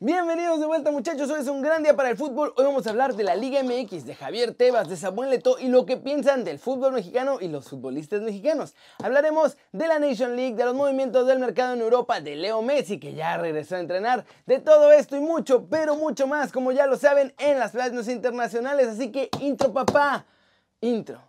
Bienvenidos de vuelta, muchachos, hoy es un gran día para el fútbol. Hoy vamos a hablar de la Liga MX, de Javier Tebas, de Samuel Eto'o y lo que piensan del fútbol mexicano y los futbolistas mexicanos. Hablaremos de la Nation League, de los movimientos del mercado en Europa, de Leo Messi que ya regresó a entrenar, de todo esto y mucho, pero mucho más, como ya lo saben, en las pláticas internacionales. Así que intro, papá, intro.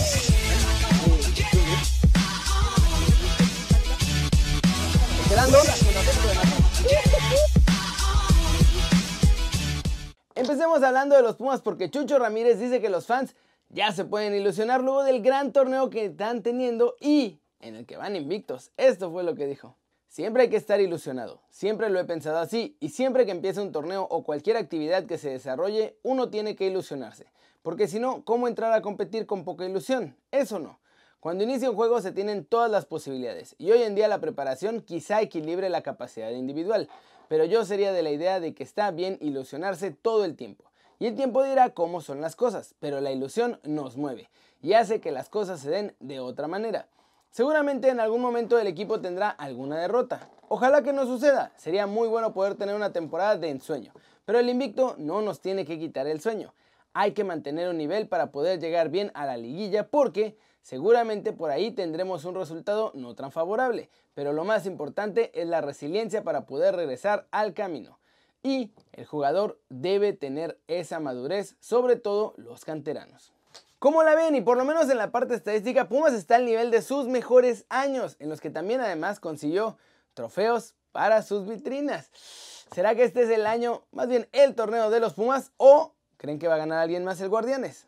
Empecemos hablando de los Pumas porque Chucho Ramírez dice que los fans ya se pueden ilusionar luego del gran torneo que están teniendo y en el que van invictos. Esto fue lo que dijo. Siempre hay que estar ilusionado, siempre lo he pensado así y siempre que empiece un torneo o cualquier actividad que se desarrolle, uno tiene que ilusionarse. Porque si no, ¿cómo entrar a competir con poca ilusión? Eso no. Cuando inicia un juego se tienen todas las posibilidades y hoy en día la preparación quizá equilibre la capacidad individual, pero yo sería de la idea de que está bien ilusionarse todo el tiempo. Y el tiempo dirá cómo son las cosas, pero la ilusión nos mueve y hace que las cosas se den de otra manera. Seguramente en algún momento el equipo tendrá alguna derrota. Ojalá que no suceda, sería muy bueno poder tener una temporada de ensueño, pero el invicto no nos tiene que quitar el sueño. Hay que mantener un nivel para poder llegar bien a la liguilla porque seguramente por ahí tendremos un resultado no tan favorable, pero lo más importante es la resiliencia para poder regresar al camino. Y el jugador debe tener esa madurez, sobre todo los canteranos. ¿Cómo la ven? Y por lo menos en la parte estadística, Pumas está al nivel de sus mejores años, en los que también además consiguió trofeos para sus vitrinas. ¿Será que este es el año, más bien el torneo de los Pumas, o creen que va a ganar alguien más el Guardianes?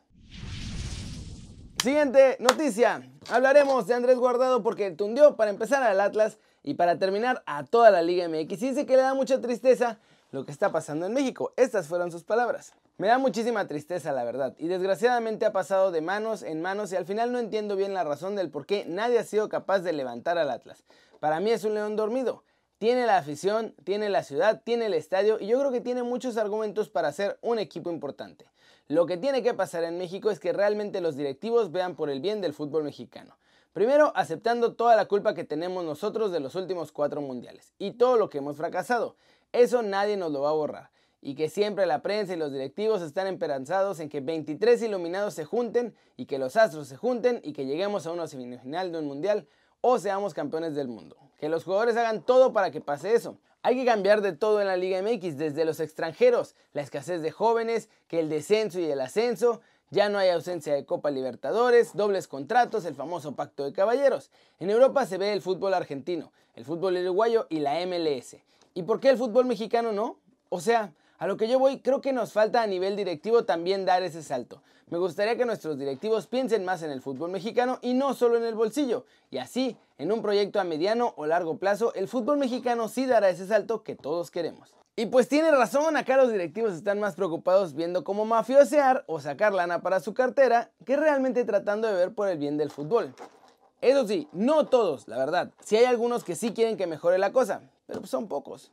Siguiente noticia, hablaremos de Andrés Guardado porque tundió para empezar al Atlas y para terminar a toda la Liga MX. Y dice que le da mucha tristeza lo que está pasando en México. Estas fueron sus palabras. Me da muchísima tristeza, la verdad, y desgraciadamente ha pasado de manos en manos y al final no entiendo bien la razón del por qué nadie ha sido capaz de levantar al Atlas. Para mí es un león dormido. Tiene la afición, tiene la ciudad, tiene el estadio y yo creo que tiene muchos argumentos para ser un equipo importante. Lo que tiene que pasar en México es que realmente los directivos vean por el bien del fútbol mexicano. Primero, aceptando toda la culpa que tenemos nosotros de los últimos 4 mundiales y todo lo que hemos fracasado. Eso nadie nos lo va a borrar. Y que siempre la prensa y los directivos están esperanzados en que 23 iluminados se junten y que los astros se junten y que lleguemos a una semifinal de un mundial o seamos campeones del mundo. Que los jugadores hagan todo para que pase eso. Hay que cambiar de todo en la Liga MX, desde los extranjeros, la escasez de jóvenes, que el descenso y el ascenso, ya no hay ausencia de Copa Libertadores, dobles contratos, el famoso pacto de caballeros. En Europa se ve el fútbol argentino, el fútbol uruguayo y la MLS. ¿Y por qué el fútbol mexicano no? O sea, a lo que yo voy, creo que nos falta a nivel directivo también dar ese salto. Me gustaría que nuestros directivos piensen más en el fútbol mexicano y no solo en el bolsillo. Y así, en un proyecto a mediano o largo plazo, el fútbol mexicano sí dará ese salto que todos queremos. Y pues tiene razón, acá los directivos están más preocupados viendo cómo mafiosear o sacar lana para su cartera que realmente tratando de ver por el bien del fútbol. Eso sí, no todos, la verdad. Sí hay algunos que sí quieren que mejore la cosa, pero son pocos.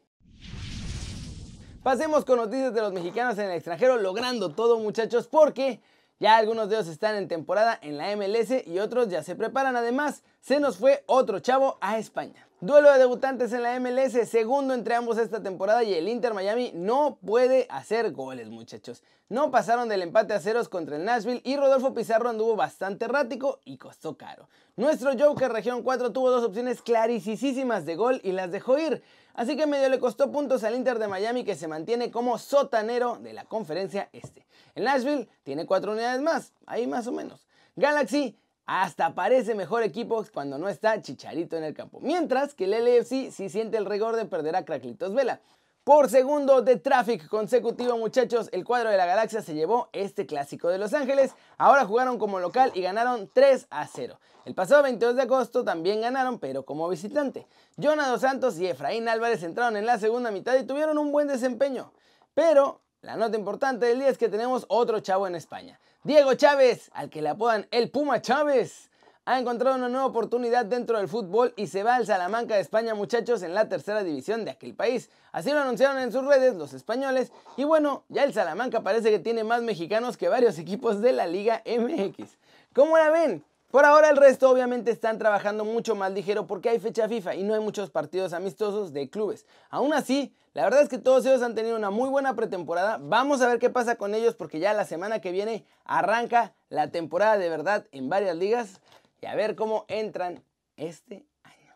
Pasemos con noticias de los mexicanos en el extranjero logrando todo, muchachos, porque ya algunos de ellos están en temporada en la MLS y otros ya se preparan. Además, se nos fue otro chavo a España. Duelo de debutantes en la MLS, segundo entre ambos esta temporada y el Inter Miami no puede hacer goles, muchachos. No pasaron del empate a ceros contra el Nashville y Rodolfo Pizarro anduvo bastante errático y costó caro. Nuestro Joker Región 4 tuvo 2 opciones clarísimas de gol y las dejó ir. Así que medio le costó puntos al Inter de Miami que se mantiene como sotanero de la conferencia este. El Nashville tiene 4 unidades más, ahí más o menos. Galaxy hasta parece mejor equipo cuando no está Chicharito en el campo. Mientras que el LAFC sí siente el rigor de perder a Carlitos Vela. Por segundo de Traffic consecutivo, muchachos, el cuadro de la Galaxia se llevó este clásico de Los Ángeles. Ahora jugaron como local y ganaron 3-0. El pasado 22 de agosto también ganaron, pero como visitante. Jonah Dos Santos y Efraín Álvarez entraron en la segunda mitad y tuvieron un buen desempeño. Pero la nota importante del día es que tenemos otro chavo en España. Diego Chávez, al que le apodan el Puma Chávez, ha encontrado una nueva oportunidad dentro del fútbol y se va al Salamanca de España, muchachos, en la tercera división de aquel país. Así lo anunciaron en sus redes los españoles y bueno, ya el Salamanca parece que tiene más mexicanos que varios equipos de la Liga MX. ¿Cómo la ven? Por ahora el resto obviamente están trabajando mucho más ligero porque hay fecha FIFA y no hay muchos partidos amistosos de clubes. Aún así, la verdad es que todos ellos han tenido una muy buena pretemporada. Vamos a ver qué pasa con ellos porque ya la semana que viene arranca la temporada de verdad en varias ligas y a ver cómo entran este año.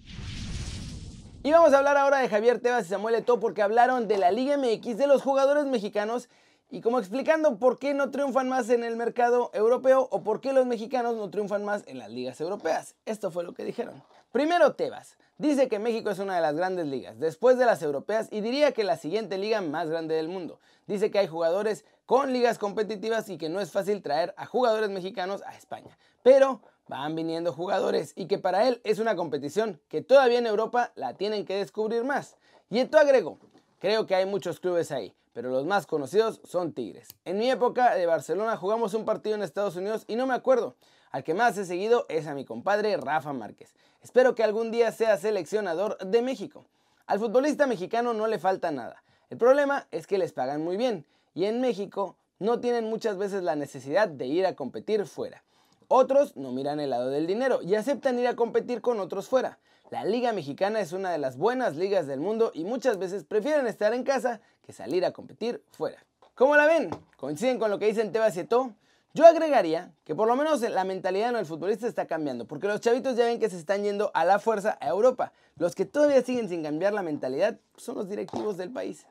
Y vamos a hablar ahora de Javier Tebas y Samuel Eto'o porque hablaron de la Liga MX, de los jugadores mexicanos y como explicando por qué no triunfan más en el mercado europeo o por qué los mexicanos no triunfan más en las ligas europeas. Esto fue lo que dijeron. Primero, Tebas dice que México es una de las grandes ligas, después de las europeas, y diría que la siguiente liga más grande del mundo. Dice que hay jugadores con ligas competitivas y que no es fácil traer a jugadores mexicanos a España, pero van viniendo jugadores y que para él es una competición que todavía en Europa la tienen que descubrir más. Y Eto'o agregó: creo que hay muchos clubes ahí, pero los más conocidos son Tigres. En mi época de Barcelona jugamos un partido en Estados Unidos y no me acuerdo. Al que más he seguido es a mi compadre Rafa Márquez. Espero que algún día sea seleccionador de México. Al futbolista mexicano no le falta nada. El problema es que les pagan muy bien y en México no tienen muchas veces la necesidad de ir a competir fuera. Otros no miran el lado del dinero y aceptan ir a competir con otros fuera. La Liga Mexicana es una de las buenas ligas del mundo y muchas veces prefieren estar en casa que salir a competir fuera. ¿Cómo la ven? ¿Coinciden con lo que dicen Tebas y Eto'o? Yo agregaría que por lo menos la mentalidad del futbolista está cambiando, porque los chavitos ya ven que se están yendo a la fuerza a Europa. Los que todavía siguen sin cambiar la mentalidad son los directivos del país.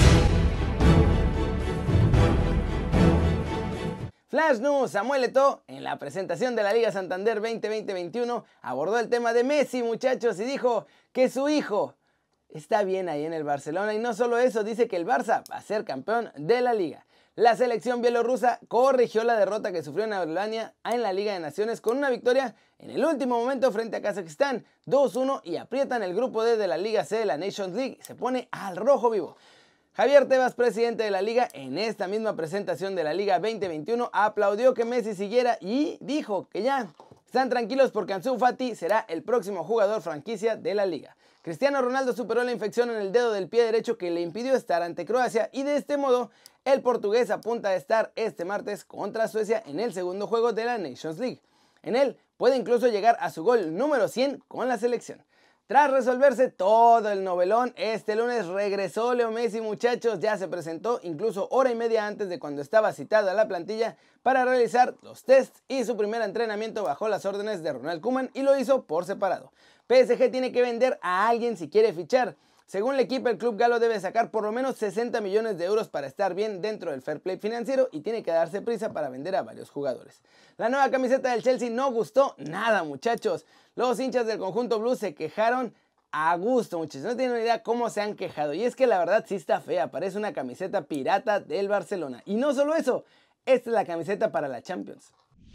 Flash News: Samuel Eto'o en la presentación de la Liga Santander 2020-21 abordó el tema de Messi, muchachos, y dijo que su hijo está bien ahí en el Barcelona y no solo eso, dice que el Barça va a ser campeón de la liga. La selección bielorrusa corrigió la derrota que sufrió en Alemania en la Liga de Naciones con una victoria en el último momento frente a Kazajistán 2-1 y aprietan el grupo D de la Liga C de la Nations League, se pone al rojo vivo. Javier Tebas, presidente de la liga, en esta misma presentación de la Liga 2021 aplaudió que Messi siguiera y dijo que ya están tranquilos porque Ansu Fati será el próximo jugador franquicia de la liga. Cristiano Ronaldo superó la infección en el dedo del pie derecho que le impidió estar ante Croacia y de este modo el portugués apunta a estar este martes contra Suecia en el segundo juego de la Nations League. En él puede incluso llegar a su gol número 100 con la selección. Tras resolverse todo el novelón, este lunes regresó Leo Messi, muchachos, ya se presentó incluso hora y media antes de cuando estaba citado a la plantilla para realizar los tests y su primer entrenamiento bajo las órdenes de Ronald Koeman y lo hizo por separado. PSG tiene que vender a alguien si quiere fichar. Según el equipo, el club galo debe sacar por lo menos 60 millones de euros para estar bien dentro del fair play financiero y tiene que darse prisa para vender a varios jugadores. La nueva camiseta del Chelsea no gustó nada, muchachos. Los hinchas del conjunto blue se quejaron a gusto, muchachos. No tienen ni idea cómo se han quejado. Y es que la verdad sí está fea, parece una camiseta pirata del Barcelona. Y no solo eso, esta es la camiseta para la Champions.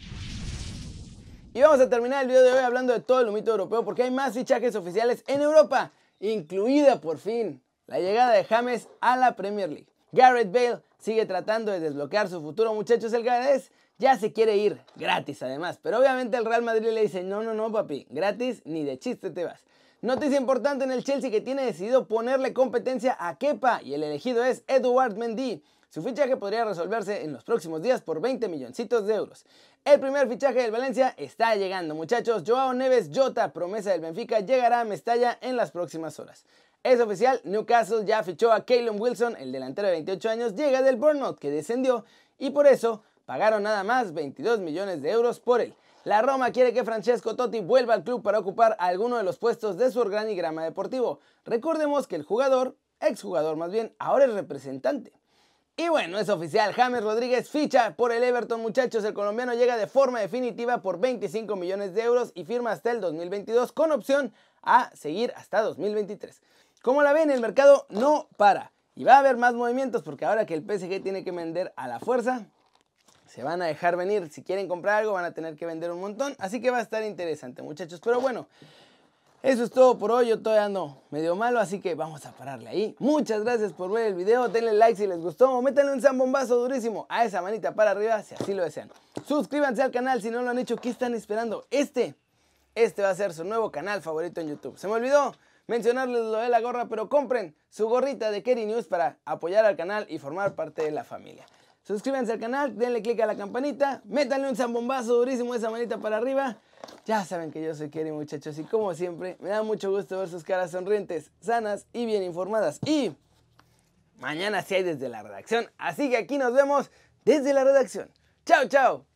Y vamos a terminar el video de hoy hablando de todo el humito europeo porque hay más fichajes oficiales en Europa, incluida por fin la llegada de James a la Premier League. Gareth Bale sigue tratando de desbloquear su futuro, muchachos. El galés ya se quiere ir, gratis además, pero obviamente el Real Madrid le dice no papi, gratis ni de chiste te vas. Noticia importante en el Chelsea que tiene decidido ponerle competencia a Kepa y el elegido es Edouard Mendy. Su fichaje podría resolverse en los próximos días por 20 milloncitos de euros. El primer fichaje del Valencia está llegando, muchachos. Joao Neves Jota, promesa del Benfica, llegará a Mestalla en las próximas horas. Es oficial, Newcastle ya fichó a Callum Wilson, el delantero de 28 años, llega del Bournemouth que descendió y por eso pagaron nada más 22 millones de euros por él. La Roma quiere que Francesco Totti vuelva al club para ocupar alguno de los puestos de su organigrama deportivo. Recordemos que el jugador, exjugador más bien, ahora es representante. Y bueno, es oficial, James Rodríguez ficha por el Everton, muchachos. El colombiano llega de forma definitiva por 25 millones de euros y firma hasta el 2022 con opción a seguir hasta 2023. Como la ven, el mercado no para y va a haber más movimientos porque ahora que el PSG tiene que vender a la fuerza, se van a dejar venir. Si quieren comprar algo van a tener que vender un montón, así que va a estar interesante, muchachos. Pero bueno, eso es todo por hoy. Yo todavía ando medio malo, así que vamos a pararle ahí. Muchas gracias por ver el video. Denle like si les gustó o métanle un zambombazo durísimo a esa manita para arriba si así lo desean. Suscríbanse al canal si no lo han hecho. ¿Qué están esperando? Este va a ser su nuevo canal favorito en YouTube. Se me olvidó mencionarles lo de la gorra, pero compren su gorrita de Keri News para apoyar al canal y formar parte de la familia. Suscríbanse al canal, denle click a la campanita, métanle un zambombazo durísimo esa manita para arriba. Ya saben que yo soy Kerry, muchachos, y como siempre, me da mucho gusto ver sus caras sonrientes, sanas y bien informadas. Y mañana sí hay desde la redacción, así que aquí nos vemos desde la redacción. ¡Chao, chao!